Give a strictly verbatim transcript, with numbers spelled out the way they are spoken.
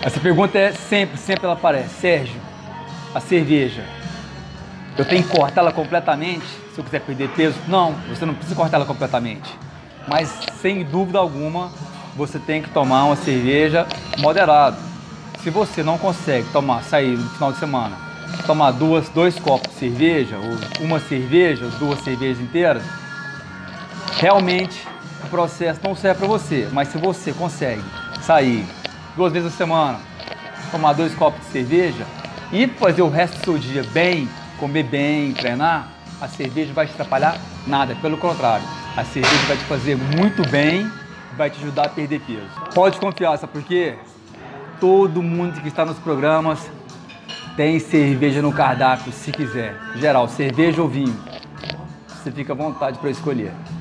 Essa pergunta é sempre, sempre ela aparece. Sérgio, a cerveja, eu tenho que cortar ela completamente se eu quiser perder peso? Não, você não precisa cortar ela completamente. Mas, sem dúvida alguma, você tem que tomar uma cerveja moderada. Se você não consegue tomar, sair no final de semana, tomar duas, dois copos de cerveja, ou uma cerveja, ou duas cervejas inteiras, realmente o processo não serve para você. Mas se você consegue sair duas vezes na semana, tomar dois copos de cerveja e fazer o resto do seu dia bem, comer bem, treinar, a cerveja vai te atrapalhar nada, pelo contrário, a cerveja vai te fazer muito bem, vai te ajudar a perder peso. Pode confiar, sabe por quê? Todo mundo que está nos programas tem cerveja no cardápio, se quiser. Geral, cerveja ou vinho. Você fica à vontade para escolher.